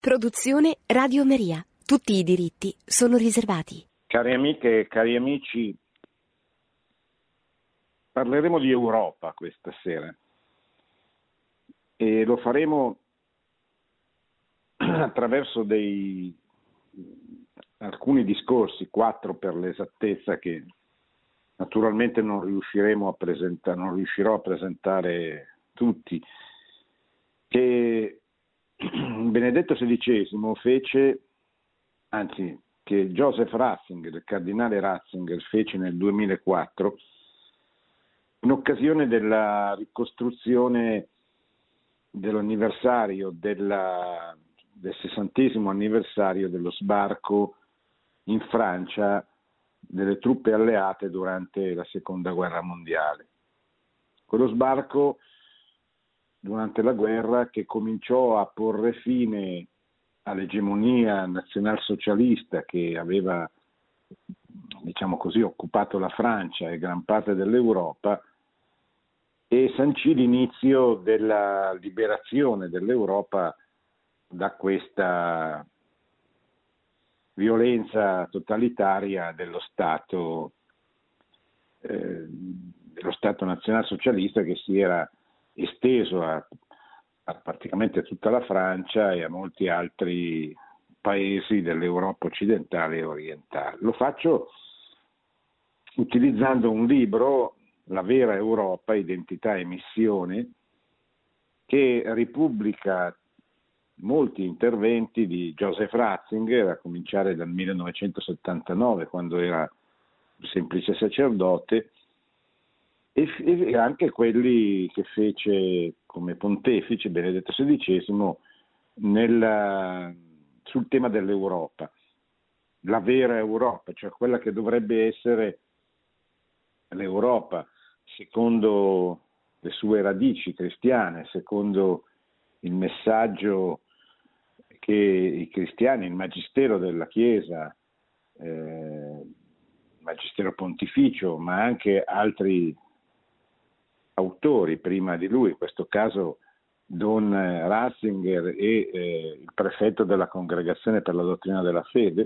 Produzione Radio Maria. Tutti i diritti sono riservati. Cari amiche e cari amici, parleremo di Europa questa sera e lo faremo attraverso alcuni discorsi, 4 per l'esattezza, che naturalmente non riuscirò a presentare tutti, che Benedetto XVI che Joseph Ratzinger, il cardinale Ratzinger, fece nel 2004 in occasione della ricostruzione dell'anniversario del 60° anniversario dello sbarco in Francia delle truppe alleate durante la Seconda Guerra Mondiale. Quello sbarco durante la guerra che cominciò a porre fine all'egemonia nazionalsocialista che aveva, diciamo così, occupato la Francia e gran parte dell'Europa e sancì l'inizio della liberazione dell'Europa da questa violenza totalitaria dello Stato nazionalsocialista che si era esteso a praticamente tutta la Francia e a molti altri paesi dell'Europa occidentale e orientale. Lo faccio utilizzando un libro, La vera Europa, identità e missione, che ripubblica molti interventi di Joseph Ratzinger, a cominciare dal 1979, quando era semplice sacerdote, e anche quelli che fece come pontefice Benedetto XVI sul tema dell'Europa, la vera Europa, cioè quella che dovrebbe essere l'Europa secondo le sue radici cristiane, secondo il messaggio che i cristiani, il magistero della Chiesa, il magistero pontificio, ma anche altri autori prima di lui, in questo caso Don Ratzinger e il prefetto della Congregazione per la Dottrina della Fede,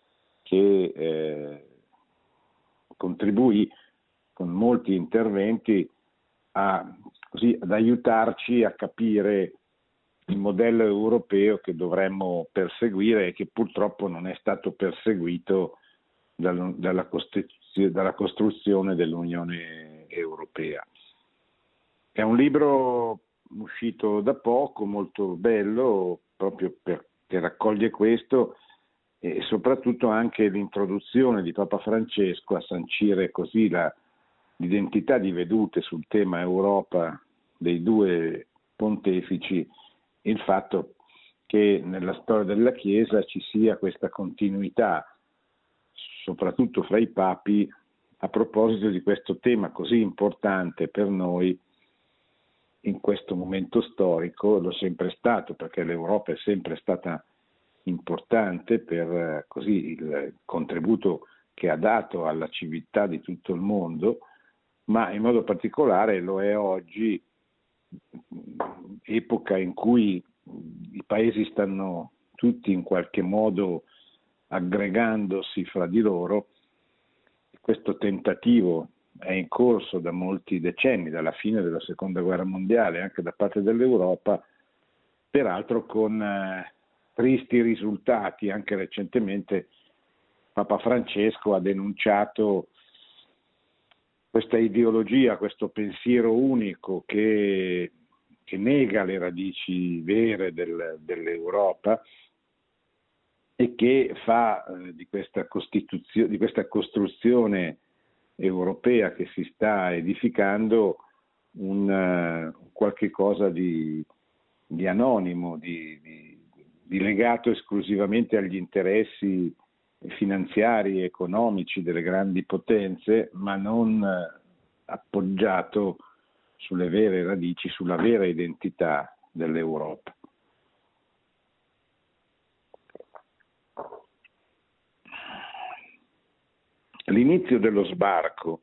che contribuì con molti interventi ad aiutarci a capire il modello europeo che dovremmo perseguire e che purtroppo non è stato perseguito dalla costruzione dell'Unione Europea. È un libro uscito da poco, molto bello, proprio perché raccoglie questo e soprattutto anche l'introduzione di Papa Francesco a sancire così l'identità di vedute sul tema Europa dei due pontefici, il fatto che nella storia della Chiesa ci sia questa continuità, soprattutto fra i papi, a proposito di questo tema così importante per noi in questo momento storico. Lo è sempre stato, perché l'Europa è sempre stata importante per così il contributo che ha dato alla civiltà di tutto il mondo, ma in modo particolare lo è oggi, epoca in cui i paesi stanno tutti in qualche modo aggregandosi fra di loro. Questo tentativo è in corso da molti decenni, dalla fine della Seconda Guerra Mondiale, anche da parte dell'Europa, peraltro con tristi risultati. Anche recentemente Papa Francesco ha denunciato questa ideologia, questo pensiero unico che nega le radici vere dell'Europa e che fa di questa costruzione europea che si sta edificando un qualche cosa di anonimo, di legato esclusivamente agli interessi finanziari e economici delle grandi potenze, ma non appoggiato sulle vere radici, sulla vera identità dell'Europa. L'inizio dello sbarco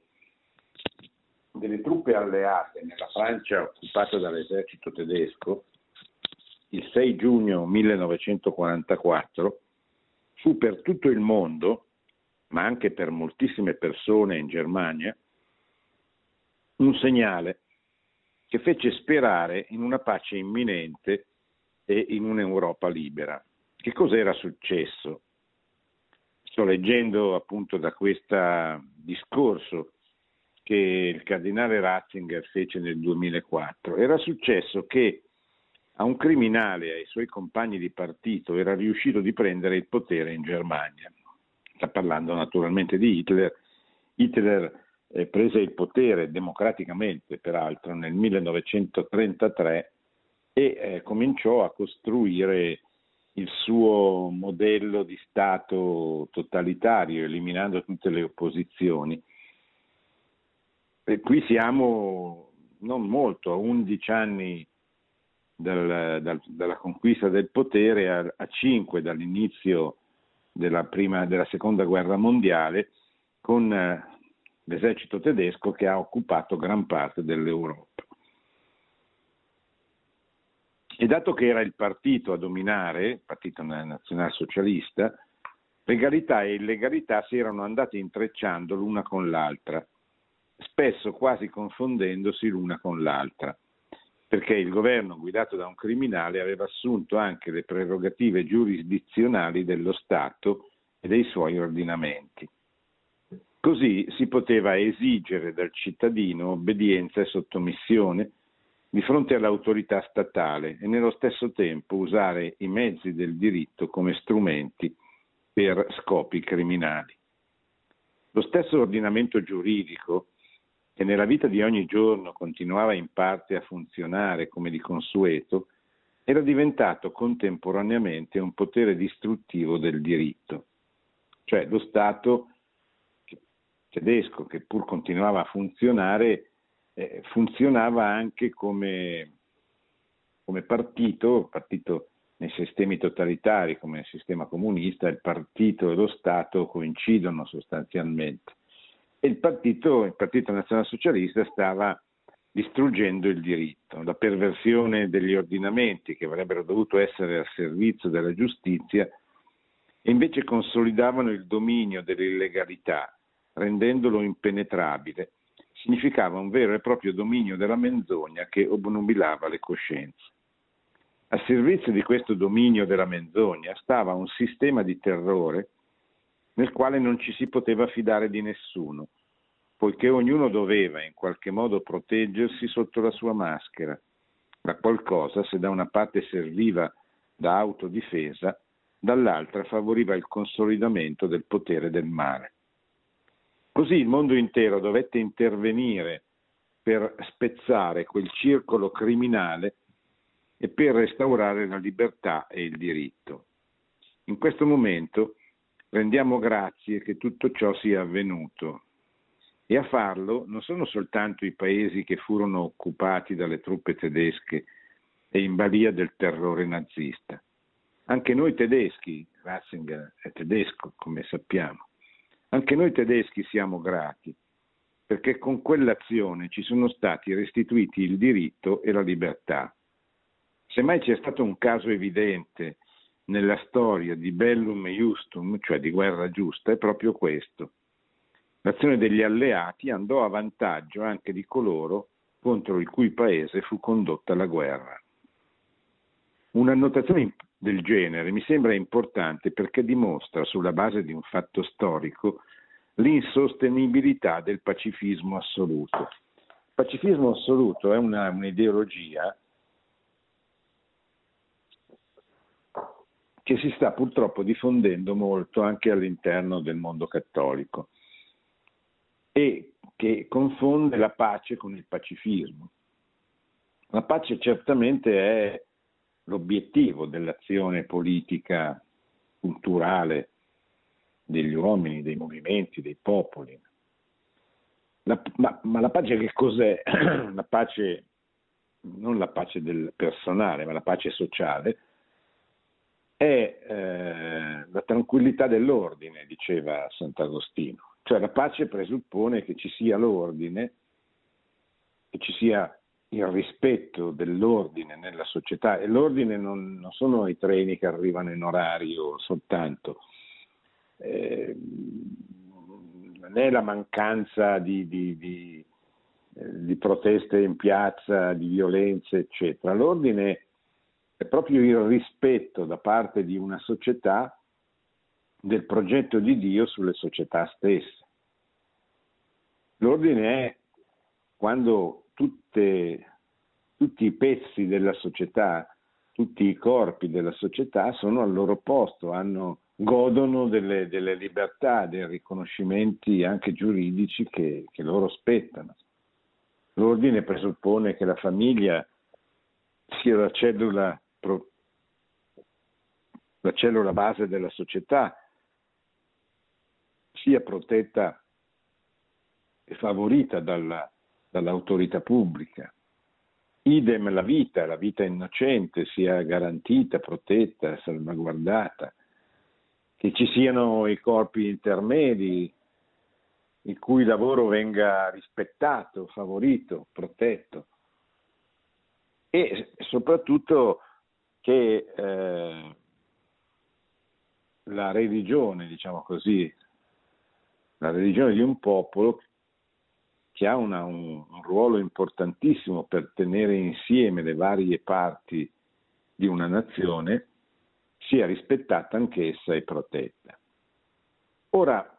delle truppe alleate nella Francia occupata dall'esercito tedesco il 6 giugno 1944, fu per tutto il mondo, ma anche per moltissime persone in Germania, un segnale che fece sperare in una pace imminente e in un'Europa libera. Che cos'era successo? Sto leggendo appunto da questo discorso che il cardinale Ratzinger fece nel 2004. Era successo che a un criminale e ai suoi compagni di partito era riuscito di prendere il potere in Germania. Sta parlando naturalmente di Hitler. Hitler prese il potere democraticamente, peraltro, nel 1933 e cominciò a costruire il suo modello di Stato totalitario, eliminando tutte le opposizioni. E qui siamo non molto, a 11 anni dalla conquista del potere, a 5 dall'inizio della seconda guerra mondiale, con l'esercito tedesco che ha occupato gran parte dell'Europa. E dato che era il partito a dominare, il partito nazionalsocialista, legalità e illegalità si erano andate intrecciando l'una con l'altra, spesso quasi confondendosi l'una con l'altra, perché il governo guidato da un criminale aveva assunto anche le prerogative giurisdizionali dello Stato e dei suoi ordinamenti. Così si poteva esigere dal cittadino obbedienza e sottomissione di fronte all'autorità statale e nello stesso tempo usare i mezzi del diritto come strumenti per scopi criminali. Lo stesso ordinamento giuridico, che nella vita di ogni giorno continuava in parte a funzionare come di consueto, era diventato contemporaneamente un potere distruttivo del diritto. Cioè lo Stato tedesco, che pur continuava a funzionare, funzionava anche come partito nei sistemi totalitari, come nel sistema comunista, il partito e lo Stato coincidono sostanzialmente. E il partito nazionalsocialista stava distruggendo il diritto, la perversione degli ordinamenti che avrebbero dovuto essere al servizio della giustizia e invece consolidavano il dominio dell'illegalità, rendendolo impenetrabile. Significava un vero e proprio dominio della menzogna che obnubilava le coscienze. A servizio di questo dominio della menzogna stava un sistema di terrore nel quale non ci si poteva fidare di nessuno, poiché ognuno doveva in qualche modo proteggersi sotto la sua maschera. La qualcosa, se da una parte serviva da autodifesa, dall'altra favoriva il consolidamento del potere del male. Così il mondo intero dovette intervenire per spezzare quel circolo criminale e per restaurare la libertà e il diritto. In questo momento rendiamo grazie che tutto ciò sia avvenuto e a farlo non sono soltanto i paesi che furono occupati dalle truppe tedesche e in balia del terrore nazista. Anche noi tedeschi, Ratzinger è tedesco come sappiamo, anche noi tedeschi siamo grati, perché con quell'azione ci sono stati restituiti il diritto e la libertà. Semmai c'è stato un caso evidente nella storia di bellum justum, cioè di guerra giusta, è proprio questo. L'azione degli alleati andò a vantaggio anche di coloro contro il cui paese fu condotta la guerra. Un'annotazione del genere mi sembra importante perché dimostra, sulla base di un fatto storico, l'insostenibilità del pacifismo assoluto. Il pacifismo assoluto è un'ideologia che si sta purtroppo diffondendo molto anche all'interno del mondo cattolico e che confonde la pace con il pacifismo. La pace certamente è l'obiettivo dell'azione politica, culturale degli uomini, dei movimenti, dei popoli. Ma la pace che cos'è? La pace, non la pace del personale, ma la pace sociale, è la tranquillità dell'ordine, diceva Sant'Agostino. Cioè la pace presuppone che ci sia l'ordine, che ci sia il rispetto dell'ordine nella società, e l'ordine non sono i treni che arrivano in orario soltanto, non è la mancanza di proteste in piazza, di violenze, eccetera. L'ordine è proprio il rispetto da parte di una società del progetto di Dio sulle società stesse. L'ordine è quando tutti i pezzi della società, tutti i corpi della società sono al loro posto, godono delle libertà, dei riconoscimenti anche giuridici che loro spettano. L'ordine presuppone che la famiglia sia la cellula base della società, sia protetta e favorita dall'autorità pubblica. Idem la vita innocente sia garantita, protetta, salvaguardata, che ci siano i corpi intermedi, il cui lavoro venga rispettato, favorito, protetto, e soprattutto che la religione, diciamo così, la religione di un popolo, che ha un ruolo importantissimo per tenere insieme le varie parti di una nazione, sia rispettata anch'essa e protetta. Ora,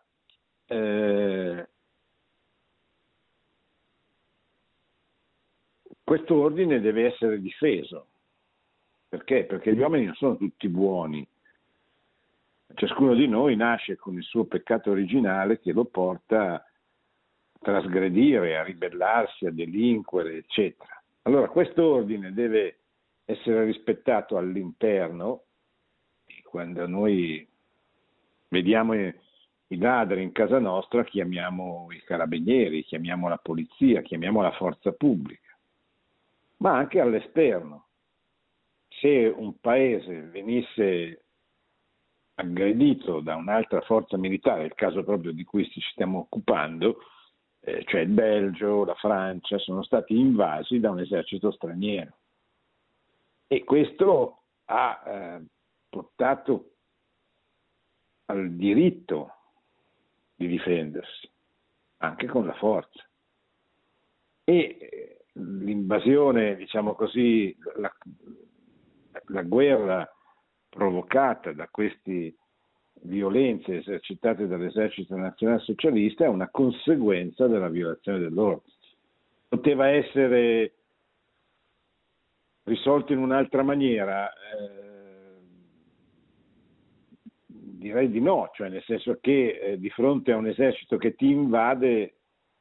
questo ordine deve essere difeso. Perché? Perché gli uomini non sono tutti buoni. Ciascuno di noi nasce con il suo peccato originale che lo porta a trasgredire, a ribellarsi, a delinquere, eccetera. Allora questo ordine deve essere rispettato all'interno. Quando noi vediamo i ladri in casa nostra, chiamiamo i carabinieri, chiamiamo la polizia, chiamiamo la forza pubblica, ma anche all'esterno. Se un paese venisse aggredito da un'altra forza militare, il caso proprio di cui ci stiamo occupando, cioè il Belgio, la Francia, sono stati invasi da un esercito straniero, e questo ha portato al diritto di difendersi, anche con la forza. E l'invasione, diciamo così, la guerra provocata da queste violenze esercitate dall'esercito nazionalsocialista è una conseguenza della violazione dell'ordine. Poteva essere risolto in un'altra maniera? Direi di no, cioè nel senso che di fronte a un esercito che ti invade,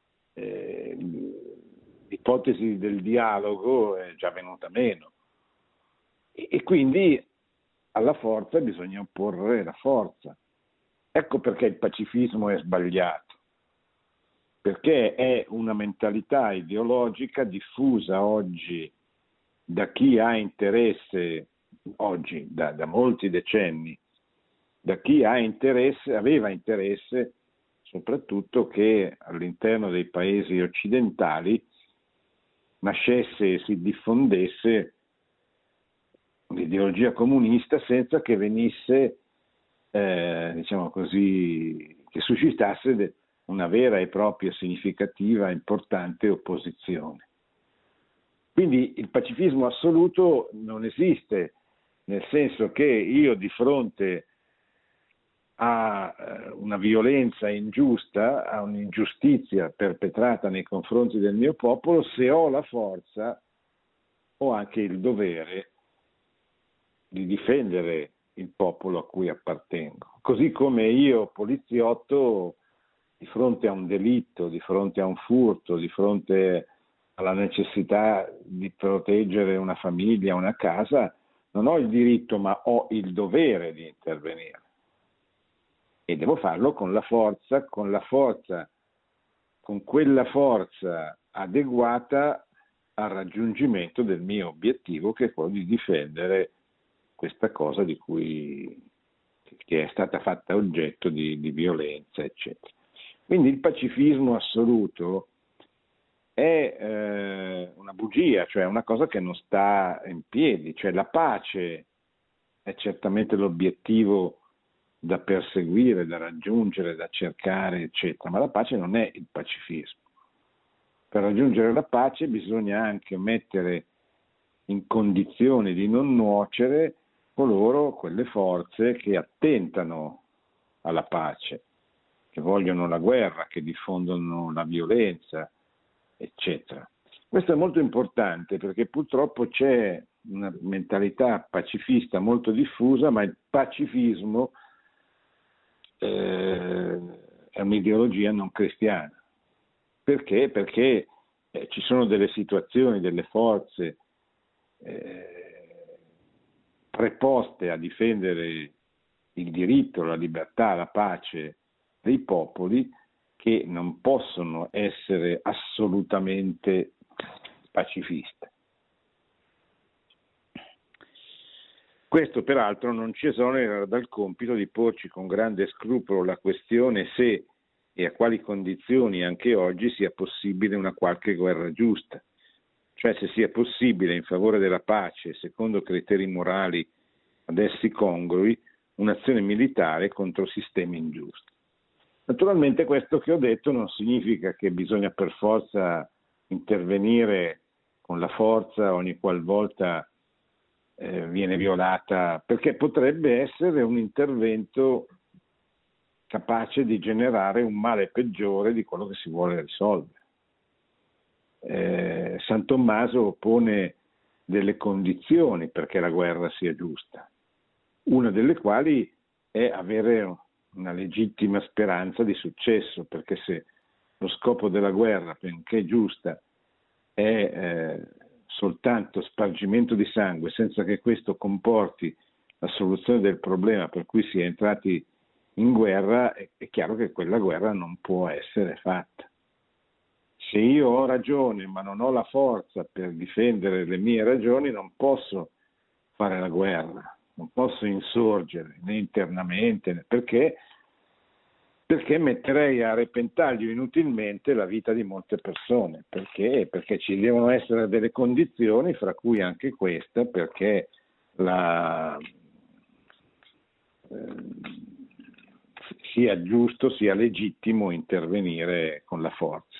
l'ipotesi del dialogo è già venuta meno, e quindi alla forza bisogna opporre la forza. Ecco perché il pacifismo è sbagliato, perché è una mentalità ideologica diffusa oggi da chi ha interesse, oggi da molti decenni, da chi aveva interesse soprattutto che all'interno dei paesi occidentali nascesse e si diffondesse l'ideologia comunista senza che venisse, diciamo così, che suscitasse una vera e propria significativa, importante opposizione. Quindi il pacifismo assoluto non esiste, nel senso che io di fronte a una violenza ingiusta, a un'ingiustizia perpetrata nei confronti del mio popolo, se ho la forza, ho anche il dovere di difendere il popolo a cui appartengo. Così come io, poliziotto, di fronte a un delitto, di fronte a un furto, di fronte alla necessità di proteggere una famiglia, una casa, non ho il diritto, ma ho il dovere di intervenire. E devo farlo con la forza, con quella forza adeguata al raggiungimento del mio obiettivo, che è quello di difendere questa cosa che è stata fatta oggetto di violenza, eccetera. Quindi il pacifismo assoluto è una bugia, cioè una cosa che non sta in piedi, cioè la pace è certamente l'obiettivo da perseguire, da raggiungere, da cercare, eccetera, ma la pace non è il pacifismo. Per raggiungere la pace bisogna anche mettere in condizioni di non nuocere quelle forze che attentano alla pace, che vogliono la guerra, che diffondono la violenza, eccetera. Questo è molto importante perché purtroppo c'è una mentalità pacifista molto diffusa, ma il pacifismo è un'ideologia non cristiana. Perché? Perché ci sono delle situazioni, delle forze preposte a difendere il diritto, la libertà, la pace dei popoli che non possono essere assolutamente pacifiste. Questo peraltro non ci esonera dal compito di porci con grande scrupolo la questione se e a quali condizioni anche oggi sia possibile una qualche guerra giusta, cioè se sia possibile in favore della pace, secondo criteri morali ad essi congrui, un'azione militare contro sistemi ingiusti. Naturalmente questo che ho detto non significa che bisogna per forza intervenire con la forza ogni qualvolta viene violata, perché potrebbe essere un intervento capace di generare un male peggiore di quello che si vuole risolvere. San Tommaso pone delle condizioni perché la guerra sia giusta, una delle quali è avere una legittima speranza di successo, perché se lo scopo della guerra, benché giusta, è soltanto spargimento di sangue senza che questo comporti la soluzione del problema per cui si è entrati in guerra, è chiaro che quella guerra non può essere fatta. Se io ho ragione ma non ho la forza per difendere le mie ragioni, non posso fare la guerra, non posso insorgere né internamente, perché metterei a repentaglio inutilmente la vita di molte persone. Perché? Perché ci devono essere delle condizioni, fra cui anche questa, perché sia giusto, sia legittimo intervenire con la forza.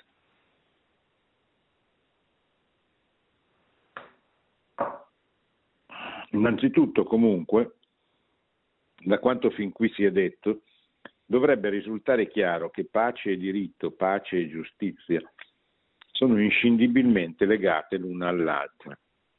Innanzitutto, comunque, da quanto fin qui si è detto, dovrebbe risultare chiaro che pace e diritto, pace e giustizia sono inscindibilmente legate l'una all'altra.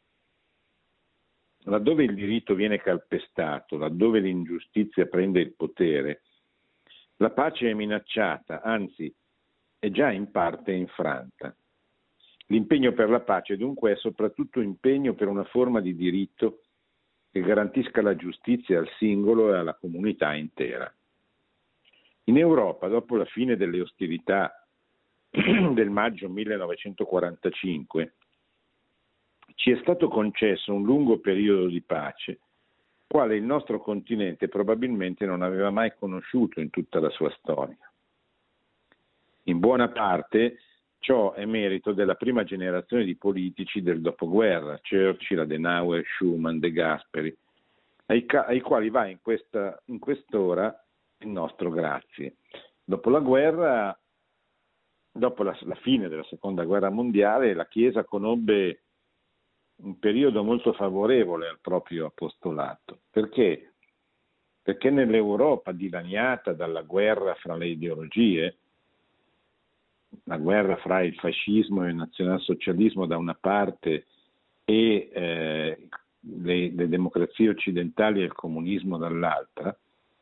Laddove il diritto viene calpestato, laddove l'ingiustizia prende il potere, la pace è minacciata, anzi è già in parte infranta. L'impegno per la pace dunque è soprattutto impegno per una forma di diritto che garantisca la giustizia al singolo e alla comunità intera. In Europa, dopo la fine delle ostilità del maggio 1945, ci è stato concesso un lungo periodo di pace, quale il nostro continente probabilmente non aveva mai conosciuto in tutta la sua storia. In buona parte ciò è merito della prima generazione di politici del dopoguerra, Churchill, Adenauer, Schuman, De Gasperi, ai quali va in quest'ora il nostro grazie. Dopo la guerra, dopo la fine della seconda guerra mondiale, la Chiesa conobbe un periodo molto favorevole al proprio apostolato. Perché? Perché nell'Europa dilaniata dalla guerra fra le ideologie, la guerra fra il fascismo e il nazionalsocialismo da una parte e le democrazie occidentali e il comunismo dall'altra,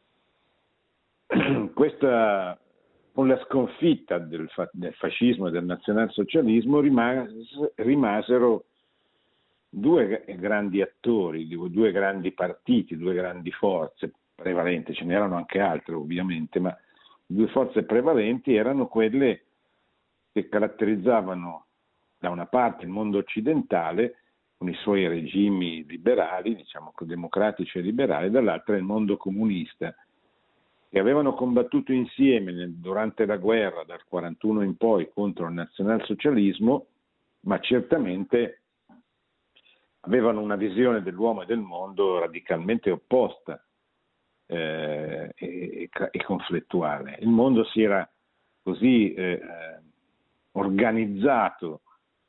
con la sconfitta del fascismo e del nazionalsocialismo rimasero due grandi attori, due grandi partiti, due grandi forze prevalenti, ce n'erano anche altre ovviamente, ma due forze prevalenti erano quelle che caratterizzavano da una parte il mondo occidentale con i suoi regimi liberali, diciamo democratici e liberali, dall'altra il mondo comunista, che avevano combattuto insieme durante la guerra dal 41 in poi contro il nazionalsocialismo, ma certamente avevano una visione dell'uomo e del mondo radicalmente opposta e conflittuale. Il mondo si era così organizzato,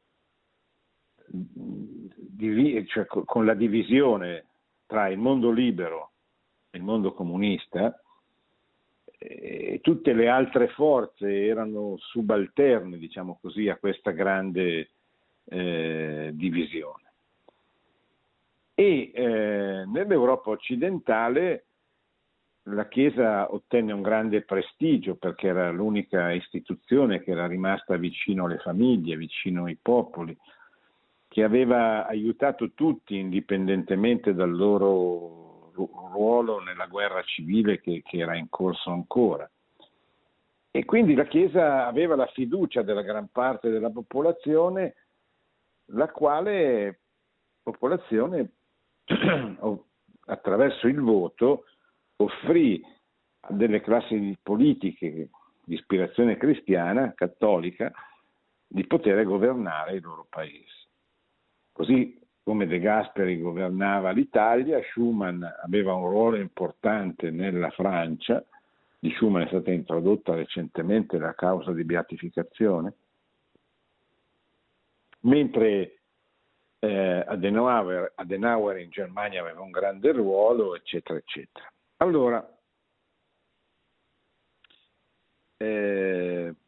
cioè con la divisione tra il mondo libero e il mondo comunista, e tutte le altre forze erano subalterne, diciamo così, a questa grande divisione. E nell'Europa occidentale la Chiesa ottenne un grande prestigio perché era l'unica istituzione che era rimasta vicino alle famiglie, vicino ai popoli, che aveva aiutato tutti indipendentemente dal loro ruolo nella guerra civile che era in corso ancora. E quindi la Chiesa aveva la fiducia della gran parte della popolazione, la quale popolazione attraverso il voto offrì a delle classi politiche di ispirazione cristiana, cattolica, di poter governare il loro paese. Così come De Gasperi governava l'Italia, Schuman aveva un ruolo importante nella Francia. Di Schuman è stata introdotta recentemente la causa di beatificazione, mentre Adenauer in Germania aveva un grande ruolo, eccetera, eccetera. Allora, che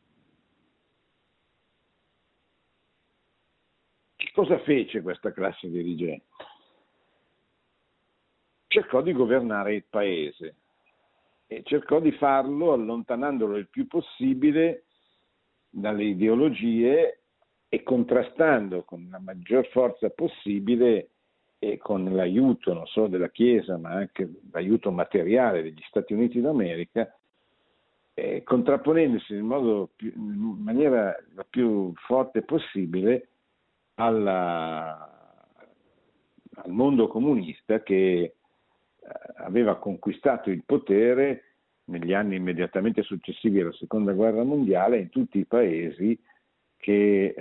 cosa fece questa classe dirigente? Cercò di governare il paese e cercò di farlo allontanandolo il più possibile dalle ideologie e contrastando con la maggior forza possibile e con l'aiuto non solo della Chiesa ma anche l'aiuto materiale degli Stati Uniti d'America, contrapponendosi in maniera la più forte possibile al mondo comunista che aveva conquistato il potere negli anni immediatamente successivi alla Seconda Guerra Mondiale in tutti i paesi che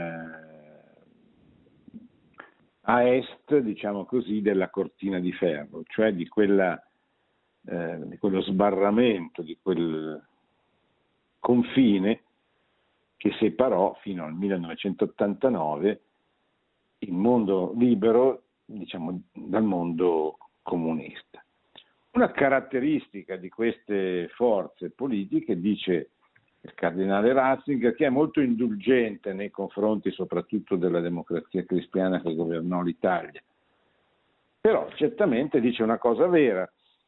a est, diciamo così, della cortina di ferro, cioè di quello sbarramento, di quel confine che separò fino al 1989 il mondo libero, diciamo, dal mondo comunista. Una caratteristica di queste forze politiche, dice il cardinale Ratzinger, che è molto indulgente nei confronti soprattutto della Democrazia Cristiana che governò l'Italia, però certamente dice una cosa vera.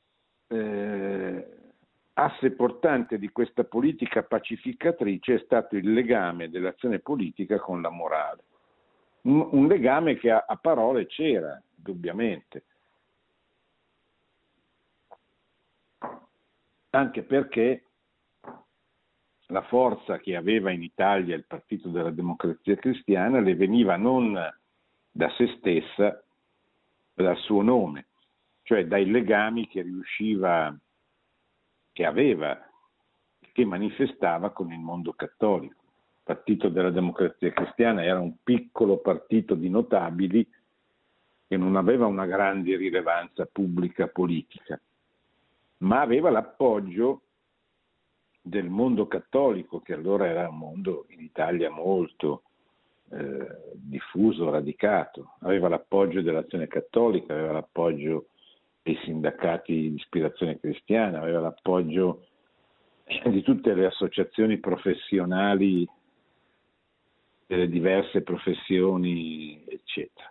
Asse portante di questa politica pacificatrice è stato il legame dell'azione politica con la morale, un legame che a parole c'era, indubbiamente, anche perché la forza che aveva in Italia il Partito della Democrazia Cristiana le veniva non da se stessa, ma dal suo nome, cioè dai legami che aveva, che manifestava con il mondo cattolico. Il Partito della Democrazia Cristiana era un piccolo partito di notabili che non aveva una grande rilevanza pubblica politica, ma aveva l'appoggio del mondo cattolico, che allora era un mondo in Italia molto diffuso, radicato, aveva l'appoggio dell'Azione Cattolica, aveva l'appoggio dei sindacati di ispirazione cristiana, aveva l'appoggio di tutte le associazioni professionali delle diverse professioni, eccetera.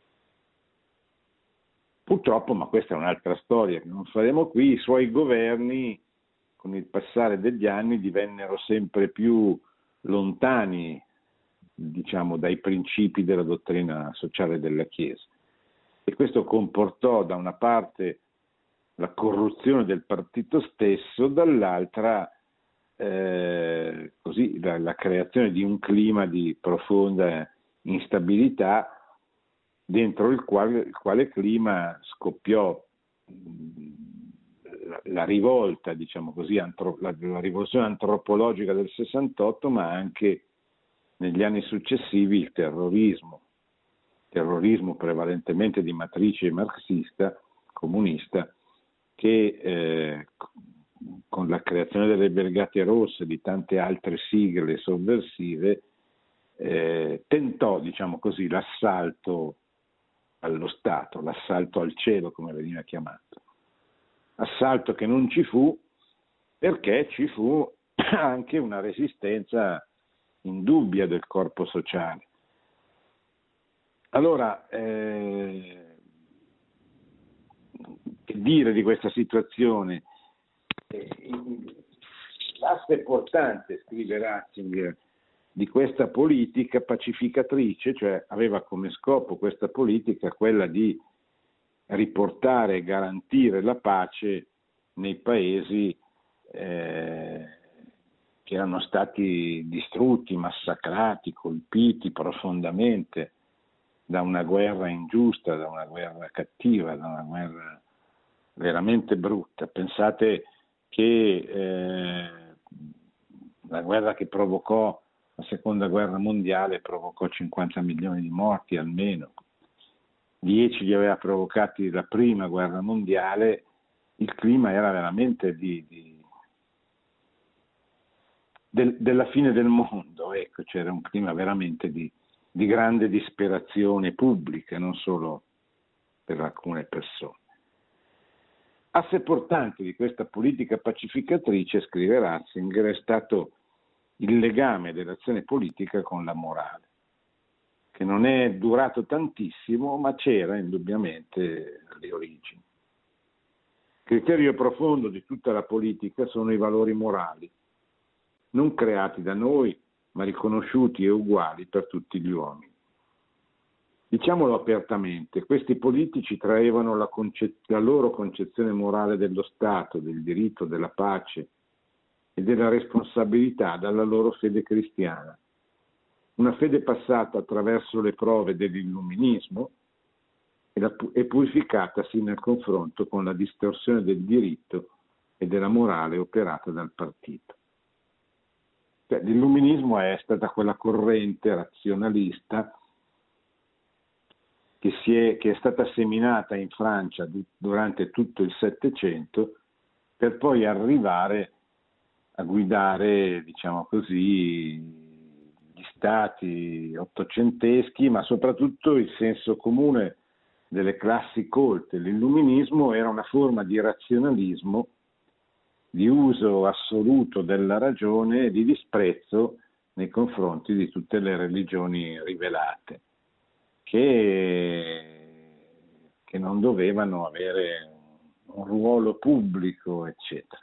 Purtroppo, ma questa è un'altra storia che non faremo qui, i suoi governi con il passare degli anni divennero sempre più lontani, diciamo, dai principi della dottrina sociale della Chiesa. E questo comportò da una parte la corruzione del partito stesso, dall'altra così la creazione di un clima di profonda instabilità, dentro il quale clima scoppiò la rivolta, diciamo così, la rivoluzione antropologica del 68, ma anche negli anni successivi il terrorismo prevalentemente di matrice marxista, comunista, che con la creazione delle Brigate Rosse e di tante altre sigle sovversive tentò, diciamo così, l'assalto allo Stato, l'assalto al cielo, come veniva chiamato. Assalto che non ci fu, perché ci fu anche una resistenza indubbia del corpo sociale. Allora, che dire di questa situazione? L'asse portante, scrive Ratzinger, di questa politica pacificatrice, cioè aveva come scopo questa politica quella di riportare e garantire la pace nei paesi che erano stati distrutti, massacrati, colpiti profondamente da una guerra ingiusta, da una guerra cattiva, da una guerra veramente brutta. Pensate che la guerra che provocò la seconda guerra mondiale provocò 50 milioni di morti almeno, 10 li aveva provocati la prima guerra mondiale. Il clima era veramente della fine del mondo, ecco, c'era un clima veramente di grande disperazione pubblica, non solo per alcune persone. Asse portante di questa politica pacificatrice, scrive Ratzinger, è stato il legame dell'azione politica con la morale, che non è durato tantissimo, ma c'era indubbiamente alle origini. Il criterio profondo di tutta la politica sono i valori morali, non creati da noi, ma riconosciuti e uguali per tutti gli uomini. Diciamolo apertamente, questi politici traevano la loro concezione morale dello Stato, del diritto, della pace e della responsabilità dalla loro fede cristiana. Una fede passata attraverso le prove dell'illuminismo e purificatasi nel confronto con la distorsione del diritto e della morale operata dal partito. L'illuminismo è stata quella corrente razionalista che è stata seminata in Francia durante tutto il Settecento per poi arrivare a guidare, diciamo così, gli stati ottocenteschi, ma soprattutto il senso comune delle classi colte. L'illuminismo era una forma di razionalismo, di uso assoluto della ragione e di disprezzo nei confronti di tutte le religioni rivelate, che non dovevano avere un ruolo pubblico, eccetera.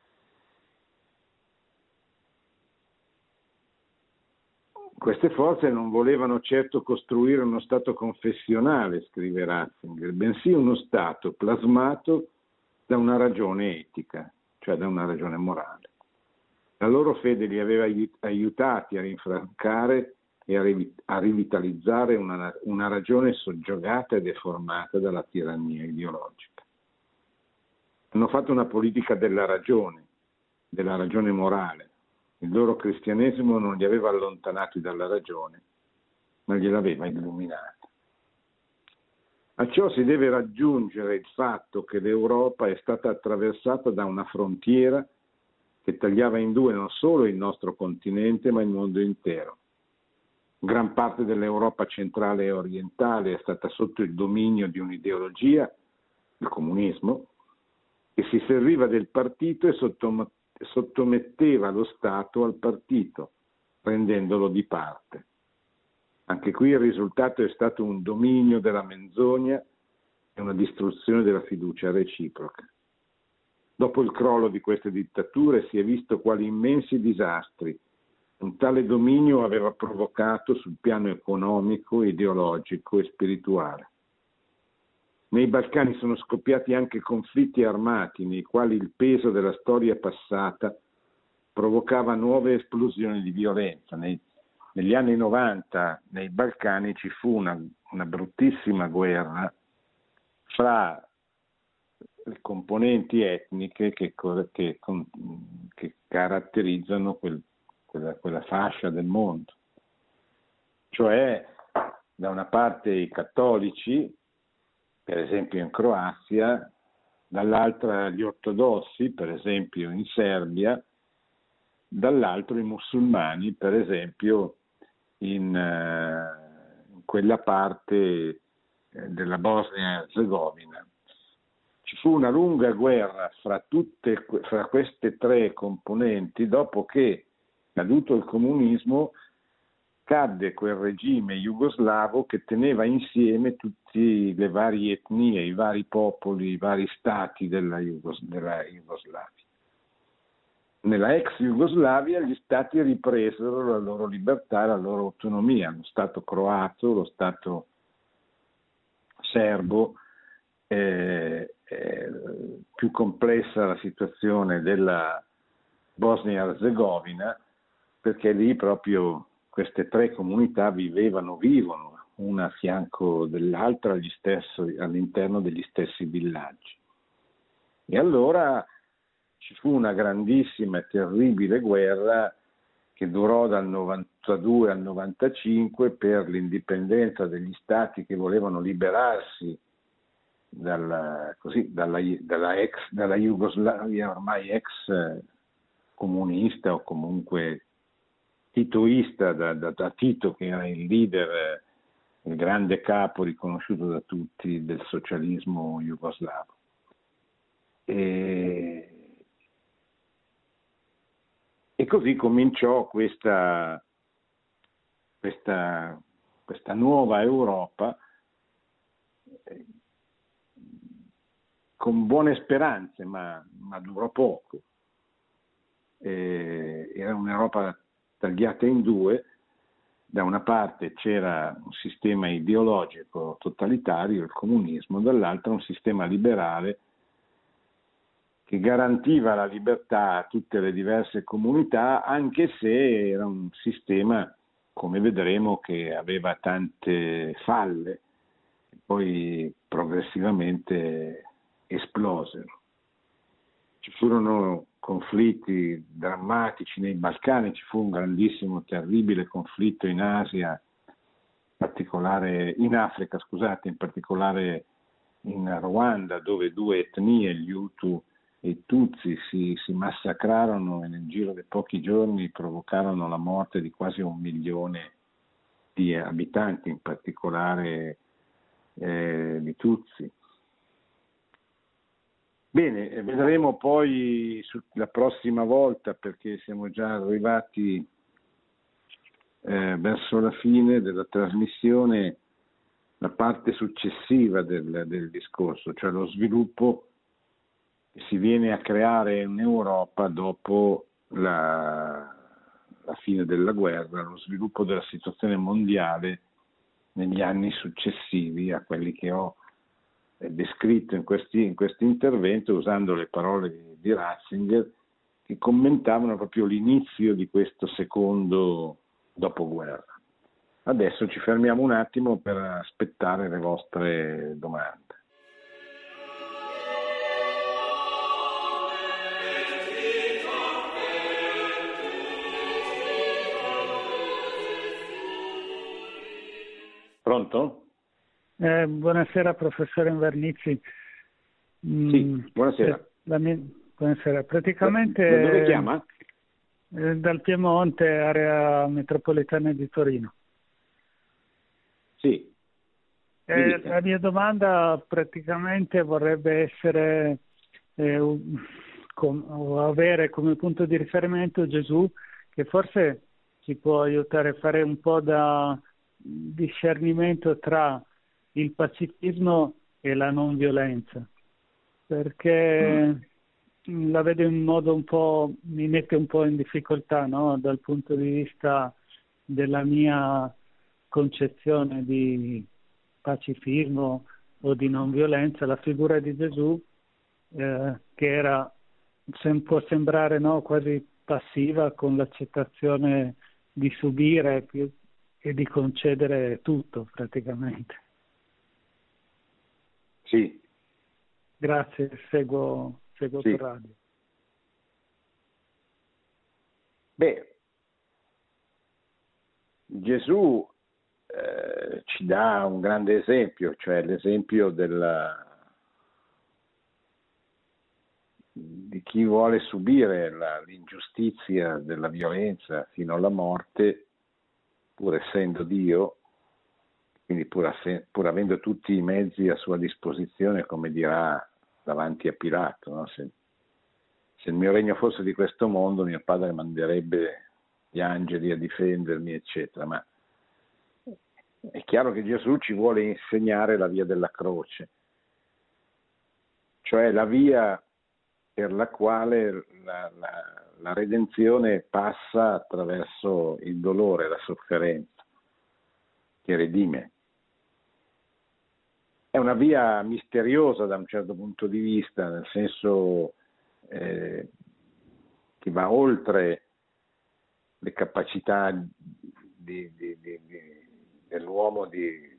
Queste forze non volevano certo costruire uno Stato confessionale, scrive Ratzinger, bensì uno Stato plasmato da una ragione etica, cioè da una ragione morale. La loro fede li aveva aiutati a rinfrancare e a rivitalizzare una ragione soggiogata e deformata dalla tirannia ideologica. Hanno fatto una politica della ragione morale. Il loro cristianesimo non li aveva allontanati dalla ragione, ma gliel'aveva illuminata. A ciò si deve raggiungere il fatto che l'Europa è stata attraversata da una frontiera che tagliava in due non solo il nostro continente, ma il mondo intero. Gran parte dell'Europa centrale e orientale è stata sotto il dominio di un'ideologia, il comunismo, che si serviva del partito e sottometteva lo Stato al partito, rendendolo di parte. Anche qui il risultato è stato un dominio della menzogna e una distruzione della fiducia reciproca. Dopo il crollo di queste dittature si è visto quali immensi disastri un tale dominio aveva provocato sul piano economico, ideologico e spirituale. Nei Balcani sono scoppiati anche conflitti armati nei quali il peso della storia passata provocava nuove esplosioni di violenza. Negli anni 90 nei Balcani ci fu una bruttissima guerra fra le componenti etniche che caratterizzano quella fascia del mondo. Cioè, da una parte i cattolici, per esempio in Croazia, dall'altra gli ortodossi, per esempio in Serbia, dall'altro i musulmani, per esempio in quella parte della Bosnia e Erzegovina. Ci fu una lunga guerra fra queste tre componenti. Dopo che, caduto il comunismo, cadde quel regime jugoslavo che teneva insieme tutte le varie etnie, i vari popoli, i vari stati della Jugoslavia. Nella ex Jugoslavia gli stati ripresero la loro libertà e la loro autonomia, lo Stato croato, lo Stato serbo, più complessa la situazione della Bosnia-Herzegovina, perché lì proprio queste tre comunità vivono una a fianco dell'altra all'interno degli stessi villaggi. E allora ci fu una grandissima e terribile guerra che durò dal 92 al 95 per l'indipendenza degli stati che volevano liberarsi dalla Jugoslavia ormai ex comunista o comunque titoista da Tito, che era il leader, il grande capo riconosciuto da tutti del socialismo jugoslavo. E così cominciò questa nuova Europa con buone speranze, ma durò poco. Era un'Europa tagliata in due. Da una parte c'era un sistema ideologico totalitario, il comunismo, dall'altra un sistema liberale che garantiva la libertà a tutte le diverse comunità, anche se era un sistema, come vedremo, che aveva tante falle, poi progressivamente esplosero. Ci furono conflitti drammatici nei Balcani, ci fu un grandissimo, terribile conflitto in Asia, in Africa, in particolare in Ruanda, dove due etnie, gli Hutu e i Tutsi, si massacrarono e nel giro di pochi giorni provocarono la morte di quasi 1 milione di abitanti, in particolare di Tutsi. Bene, vedremo poi la prossima volta, perché siamo già arrivati verso la fine della trasmissione, la parte successiva del discorso, cioè lo sviluppo che si viene a creare in Europa dopo la fine della guerra, lo sviluppo della situazione mondiale negli anni successivi a quelli che ho descritto in questo intervento, usando le parole di Ratzinger, che commentavano proprio l'inizio di questo secondo dopoguerra. Adesso ci fermiamo un attimo per aspettare le vostre domande. Pronto? Buonasera professore Invernizzi. Sì, buonasera. Buonasera. Praticamente da dove chiama? Dal Piemonte, area metropolitana di Torino. Sì. La mia domanda praticamente vorrebbe essere o avere come punto di riferimento Gesù, che forse ci può aiutare a fare un po' da discernimento tra il pacifismo e la non violenza, perché la vedo in modo mi mette un po' in difficoltà, no? Dal punto di vista della mia concezione di pacifismo o di non violenza, la figura di Gesù che era, può sembrare, no, quasi passiva, con l'accettazione di subire e di concedere tutto praticamente. Sì. Grazie, seguo Sì. per radio. Beh, Gesù ci dà un grande esempio, cioè l'esempio di chi vuole subire l'ingiustizia della violenza fino alla morte, pur essendo Dio, quindi pur avendo tutti i mezzi a sua disposizione, come dirà davanti a Pilato, no? Se il mio regno fosse di questo mondo, mio padre manderebbe gli angeli a difendermi, eccetera. Ma è chiaro che Gesù ci vuole insegnare la via della croce, cioè la via per la quale la redenzione passa attraverso il dolore, la sofferenza, che redime. È una via misteriosa da un certo punto di vista, nel senso che va oltre le capacità dell'uomo di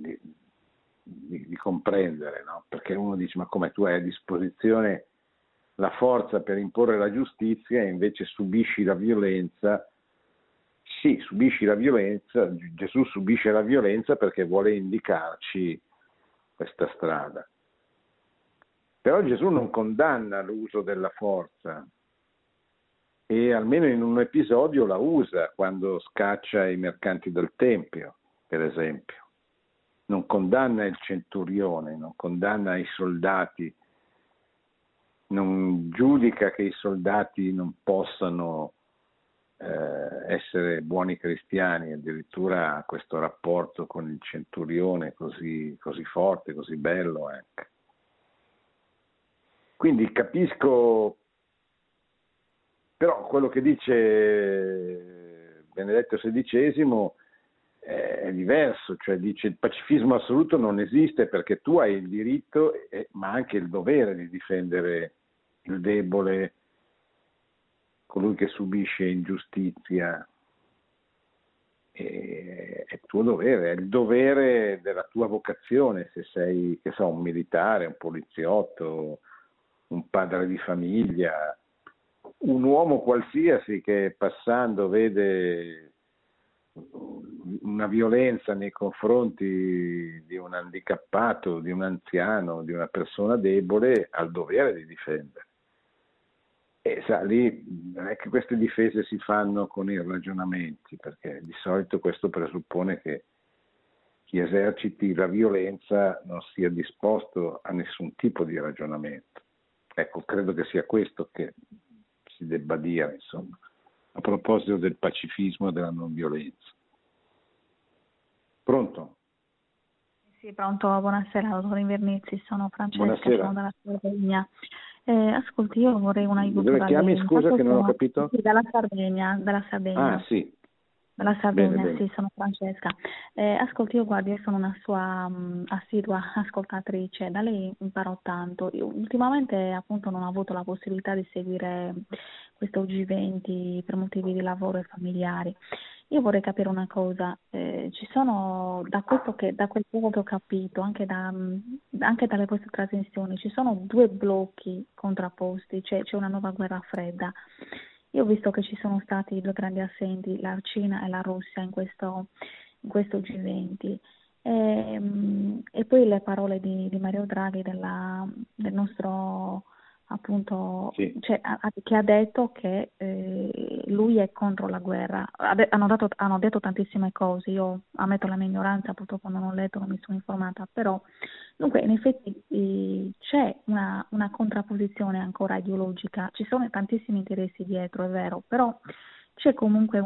comprendere, no? Perché uno dice: ma come, tu hai a disposizione la forza per imporre la giustizia e invece subisci la violenza? Sì, subisci la violenza, Gesù subisce la violenza perché vuole indicarci questa strada. Però Gesù non condanna l'uso della forza, e almeno in un episodio la usa, quando scaccia i mercanti del Tempio, per esempio. Non condanna il centurione, non condanna i soldati, non giudica che i soldati non possano essere buoni cristiani, addirittura ha questo rapporto con il centurione così forte, così bello anche. Quindi capisco, però quello che dice Benedetto XVI è diverso, cioè dice: il pacifismo assoluto non esiste, perché tu hai il diritto ma anche il dovere di difendere il debole, colui che subisce ingiustizia. È tuo dovere, è il dovere della tua vocazione, se sei, che so, un militare, un poliziotto, un padre di famiglia, un uomo qualsiasi che passando vede una violenza nei confronti di un handicappato, di un anziano, di una persona debole, ha il dovere di difendere. E lì non è che queste difese si fanno con i ragionamenti, perché di solito questo presuppone che chi eserciti la violenza non sia disposto a nessun tipo di ragionamento. Ecco, credo che sia questo che si debba dire, insomma, a proposito del pacifismo e della non violenza. Pronto? Sì, pronto, buonasera, dottor Invernizzi, sono Francesca, Buonasera. sono dalla Sardegna. Ascolti, io vorrei un aiuto Dove da chiami, lei. scusa, che non ho capito? Sì, dalla Sardegna. Ah, sì. Dalla Sardegna, Bene. Sì, sono Francesca. Ascolti, io sono una sua assidua ascoltatrice, da lei imparo tanto. Io ultimamente appunto non ho avuto la possibilità di seguire questo G20 per motivi di lavoro e familiari. Io vorrei capire una cosa, ci sono, da quel poco che ho capito, anche dalle vostre trasmissioni, ci sono due blocchi contrapposti, cioè c'è una nuova guerra fredda. Io ho visto che ci sono stati due grandi assenti, la Cina e la Russia, in questo G20. E poi le parole di Mario Draghi, del nostro, appunto, Sì. cioè, che ha detto che lui è contro la guerra. Hanno detto tantissime cose, io ammetto la mia ignoranza, purtroppo non ho letto, non mi sono informata, però dunque in effetti c'è una contrapposizione ancora ideologica, ci sono tantissimi interessi dietro, è vero, però c'è comunque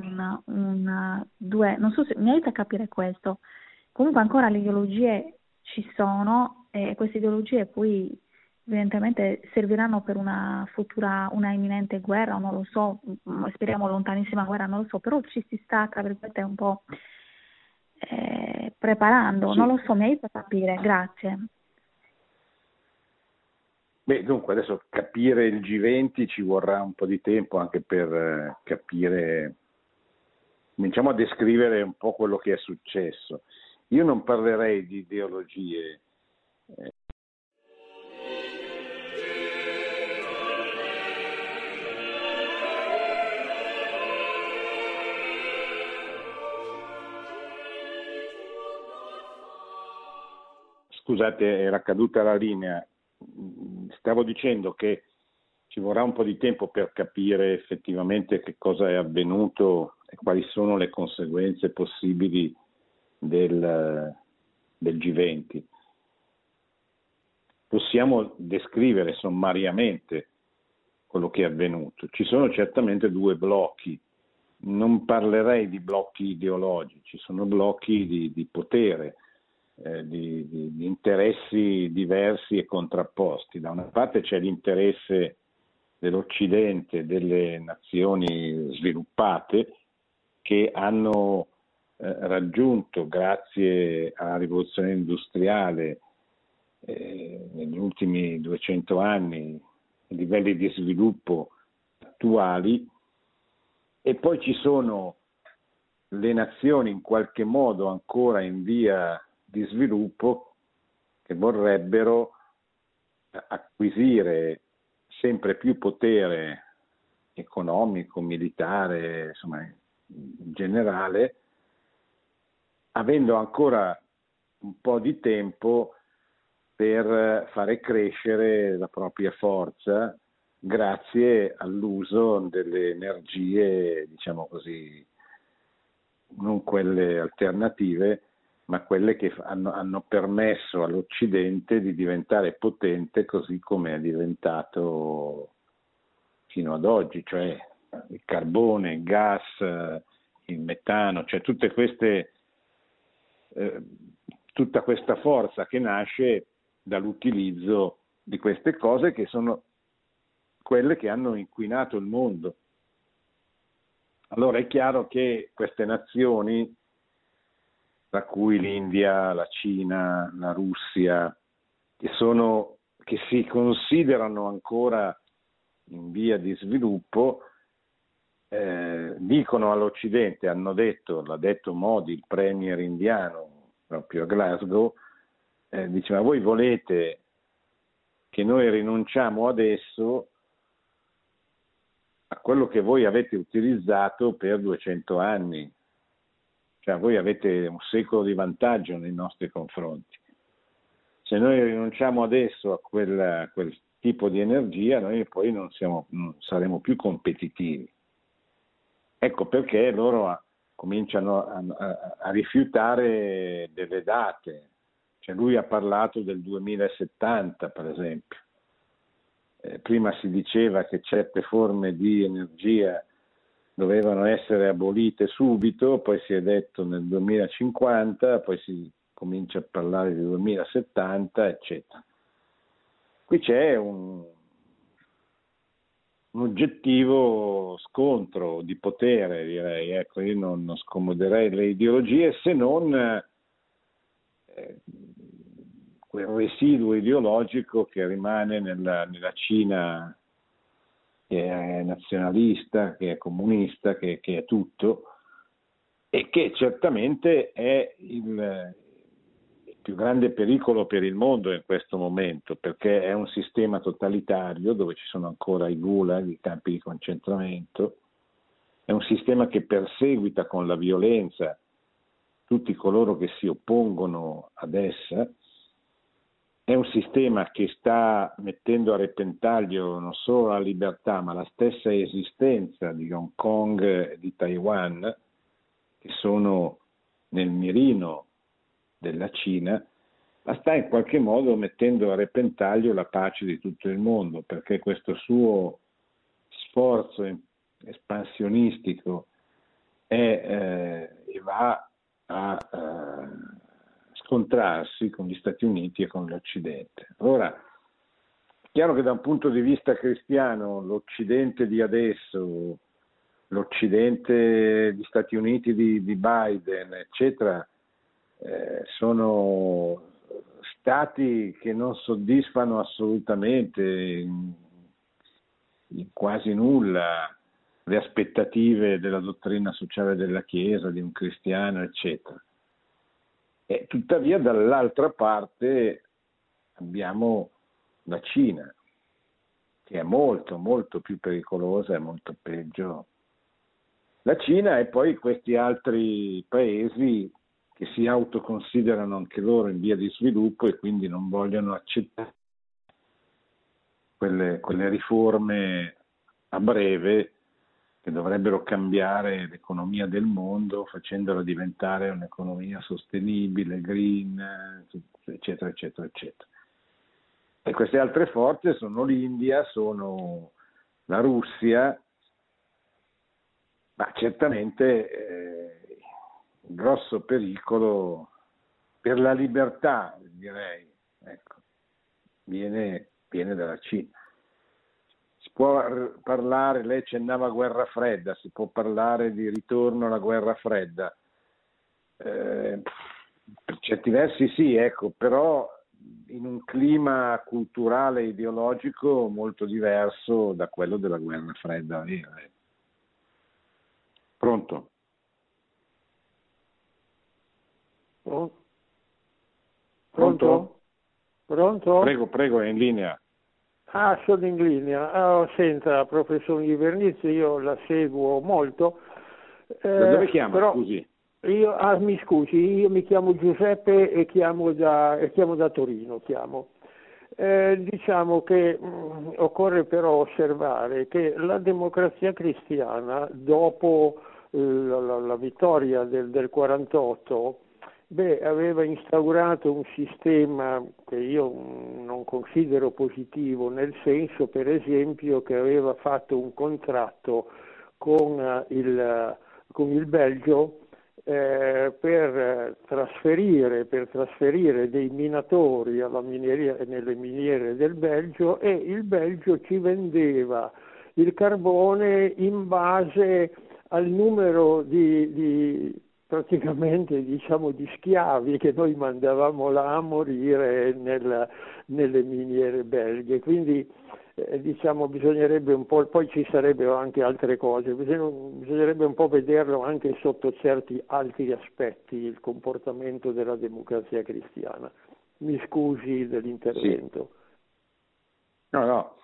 non so se mi aiuta a capire questo. Comunque ancora le ideologie ci sono e queste ideologie poi evidentemente serviranno per una imminente guerra, non lo so, speriamo lontanissima guerra, non lo so, però ci si sta, tra virgolette, un po' preparando, Sì. non lo so, mi aiuta a capire, grazie. Beh, dunque adesso capire il G20 ci vorrà un po' di tempo anche per capire, cominciamo a descrivere un po' quello che è successo. Io non parlerei di ideologie, scusate, era caduta la linea. Stavo dicendo che ci vorrà un po' di tempo per capire effettivamente che cosa è avvenuto e quali sono le conseguenze possibili del G20. Possiamo descrivere sommariamente quello che è avvenuto. Ci sono certamente due blocchi. Non parlerei di blocchi ideologici, sono blocchi di potere, di interessi diversi e contrapposti. Da una parte c'è l'interesse dell'Occidente, delle nazioni sviluppate, che hanno raggiunto, grazie alla rivoluzione industriale, negli ultimi 200 anni, livelli di sviluppo attuali, e poi ci sono le nazioni in qualche modo ancora in via di sviluppo che vorrebbero acquisire sempre più potere economico, militare, insomma in generale, avendo ancora un po' di tempo per fare crescere la propria forza grazie all'uso delle energie, diciamo così, non quelle alternative, ma quelle che hanno permesso all'Occidente di diventare potente così come è diventato fino ad oggi, cioè il carbone, il gas, il metano, cioè tutte queste, tutta questa forza che nasce dall'utilizzo di queste cose che sono quelle che hanno inquinato il mondo. Allora è chiaro che queste nazioni, tra cui l'India, la Cina, la Russia, che si considerano ancora in via di sviluppo, dicono all'Occidente, l'ha detto Modi, il premier indiano, proprio a Glasgow, diceva: voi volete che noi rinunciamo adesso a quello che voi avete utilizzato per 200 anni, cioè voi avete un secolo di vantaggio nei nostri confronti. Se noi rinunciamo adesso a quel tipo di energia, noi poi non saremo più competitivi. Ecco perché loro cominciano a rifiutare delle date. Cioè lui ha parlato del 2070, per esempio. Prima si diceva che certe forme di energia dovevano essere abolite subito, poi si è detto nel 2050, poi si comincia a parlare di 2070, eccetera. Qui c'è un oggettivo scontro di potere, direi. Ecco, io non scomoderei le ideologie, se non quel residuo ideologico che rimane nella Cina, che è nazionalista, che è comunista, che è tutto, e che certamente è il più grande pericolo per il mondo in questo momento, perché è un sistema totalitario dove ci sono ancora i gulag, i campi di concentramento, è un sistema che perseguita con la violenza tutti coloro che si oppongono ad essa, è un sistema che sta mettendo a repentaglio non solo la libertà, ma la stessa esistenza di Hong Kong e di Taiwan, che sono nel mirino della Cina, ma sta in qualche modo mettendo a repentaglio la pace di tutto il mondo, perché questo suo sforzo espansionistico va a scontrarsi con gli Stati Uniti e con l'Occidente. Ora, è chiaro che da un punto di vista cristiano l'Occidente di adesso, l'Occidente, gli Stati Uniti di Biden, eccetera, sono stati che non soddisfano assolutamente in quasi nulla le aspettative della dottrina sociale della Chiesa, di un cristiano, eccetera. E tuttavia dall'altra parte abbiamo la Cina, che è molto molto più pericolosa e molto peggio. La Cina e poi questi altri paesi che si autoconsiderano anche loro in via di sviluppo e quindi non vogliono accettare quelle riforme a breve che dovrebbero cambiare l'economia del mondo facendola diventare un'economia sostenibile, green, eccetera, eccetera, eccetera. E queste altre forze sono l'India, sono la Russia, ma certamente il grosso pericolo per la libertà, direi, ecco, viene dalla Cina. Si può parlare, lei accennava guerra fredda, si può parlare di ritorno alla guerra fredda. Per certi versi sì, ecco, però in un clima culturale e ideologico molto diverso da quello della guerra fredda vera. Pronto? Pronto? Pronto? Prego, è in linea. Ah, sono in linea. Senta, professor Invernizzi, io la seguo molto. Da dove chiama, però scusi? Mi scusi, io mi chiamo Giuseppe e chiamo da Torino. Diciamo che occorre però osservare che la Democrazia Cristiana, dopo la vittoria del 48, aveva instaurato un sistema che io non considero positivo, nel senso, per esempio, che aveva fatto un contratto con il Belgio per trasferire dei minatori nelle miniere del Belgio, e il Belgio ci vendeva il carbone in base al numero praticamente di schiavi che noi mandavamo là a morire nelle miniere belghe. Quindi bisognerebbe un po', poi ci sarebbero anche altre cose, bisognerebbe un po' vederlo anche sotto certi altri aspetti, il comportamento della Democrazia Cristiana. Mi scusi dell'intervento. Sì. No.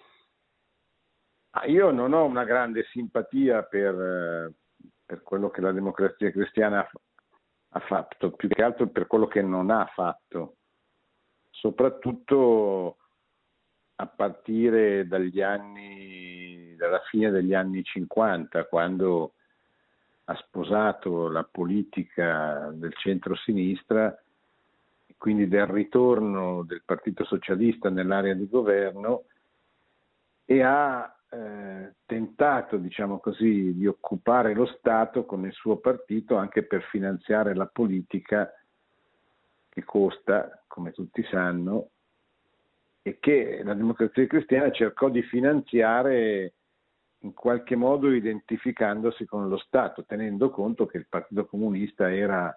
Io non ho una grande simpatia per quello che la Democrazia Cristiana ha fatto, più che altro per quello che non ha fatto, soprattutto a partire dalla fine degli anni 50, quando ha sposato la politica del centro-sinistra, quindi del ritorno del Partito Socialista nell'area di governo, e ha tentato, diciamo così, di occupare lo Stato con il suo partito anche per finanziare la politica, che costa, come tutti sanno, e che la Democrazia Cristiana cercò di finanziare in qualche modo identificandosi con lo Stato, tenendo conto che il Partito Comunista era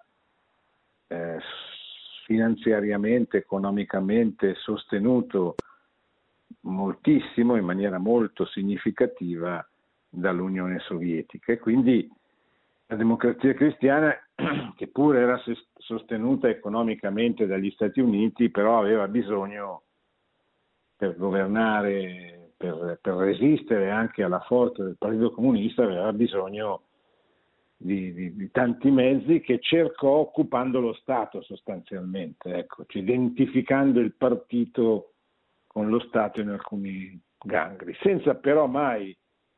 finanziariamente, economicamente sostenuto moltissimo, in maniera molto significativa, dall'Unione Sovietica, e quindi la Democrazia Cristiana, che pure era sostenuta economicamente dagli Stati Uniti, però aveva bisogno, per governare, per resistere anche alla forza del Partito Comunista, aveva bisogno di tanti mezzi, che cercò occupando lo Stato sostanzialmente, ecco, cioè identificando il partito con lo Stato in alcuni gangli, senza però mai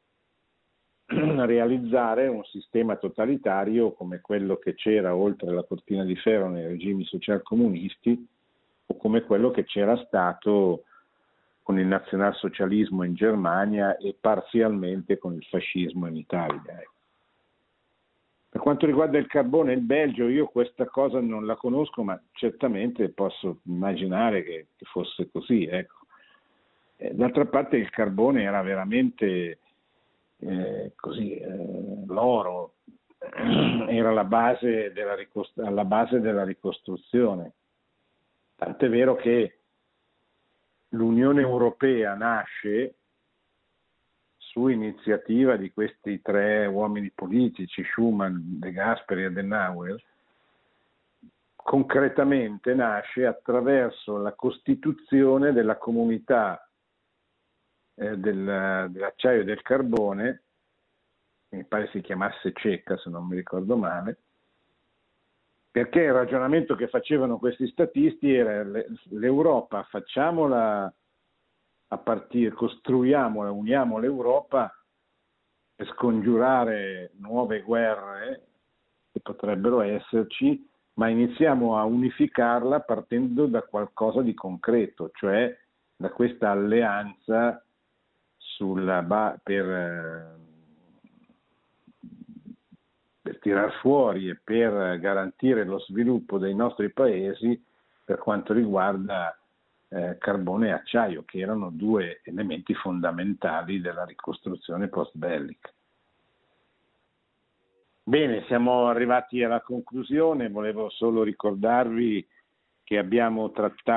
realizzare un sistema totalitario come quello che c'era oltre la cortina di ferro nei regimi socialcomunisti, o come quello che c'era stato con il nazionalsocialismo in Germania e parzialmente con il fascismo in Italia. Per quanto riguarda il carbone e il Belgio, io questa cosa non la conosco, ma certamente posso immaginare che fosse così, ecco. D'altra parte il carbone era veramente l'oro, era alla base della ricostruzione. Tant'è vero che l'Unione Europea nasce su iniziativa di questi tre uomini politici, Schuman, De Gasperi e Adenauer. Concretamente nasce attraverso la costituzione della comunità dell'acciaio e del carbone, mi pare si chiamasse CECA se non mi ricordo male, Perché il ragionamento che facevano questi statisti era l'Europa, facciamola a partire, costruiamola, uniamo l'Europa per scongiurare nuove guerre che potrebbero esserci, ma iniziamo a unificarla partendo da qualcosa di concreto, cioè da questa alleanza per tirar fuori e per garantire lo sviluppo dei nostri paesi per quanto riguarda carbone e acciaio, che erano due elementi fondamentali della ricostruzione post-bellica. Bene, siamo arrivati alla conclusione. Volevo solo ricordarvi che abbiamo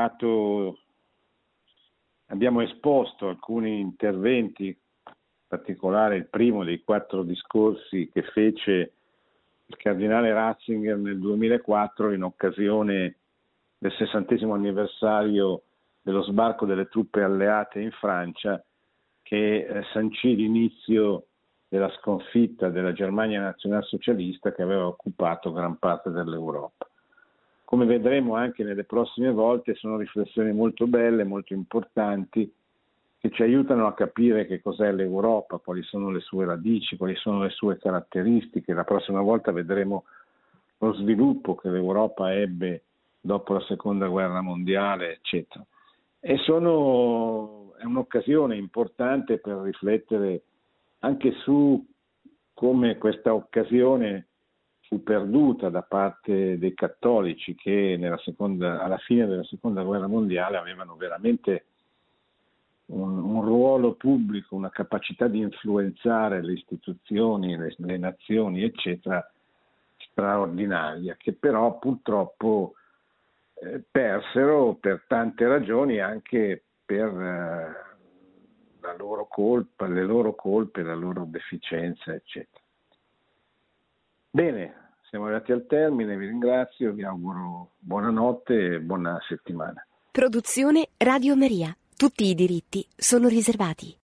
esposto alcuni interventi, in particolare il primo dei 4 discorsi che fece il cardinale Ratzinger nel 2004 in occasione del 60° anniversario dello sbarco delle truppe alleate in Francia, che sancì l'inizio della sconfitta della Germania nazionalsocialista che aveva occupato gran parte dell'Europa. Come vedremo anche nelle prossime volte, sono riflessioni molto belle, molto importanti, che ci aiutano a capire che cos'è l'Europa, quali sono le sue radici, quali sono le sue caratteristiche. La prossima volta vedremo lo sviluppo che l'Europa ebbe dopo la Seconda Guerra Mondiale, eccetera. È un'occasione importante per riflettere anche su come questa occasione fu perduta da parte dei cattolici che alla fine della Seconda Guerra Mondiale avevano veramente un ruolo pubblico, una capacità di influenzare le istituzioni, le nazioni, eccetera, straordinaria, che però purtroppo persero per tante ragioni, anche per le loro colpe, la loro deficienza, eccetera. Bene, siamo arrivati al termine, vi ringrazio, vi auguro buonanotte e buona settimana. Produzione Radio Maria. Tutti i diritti sono riservati.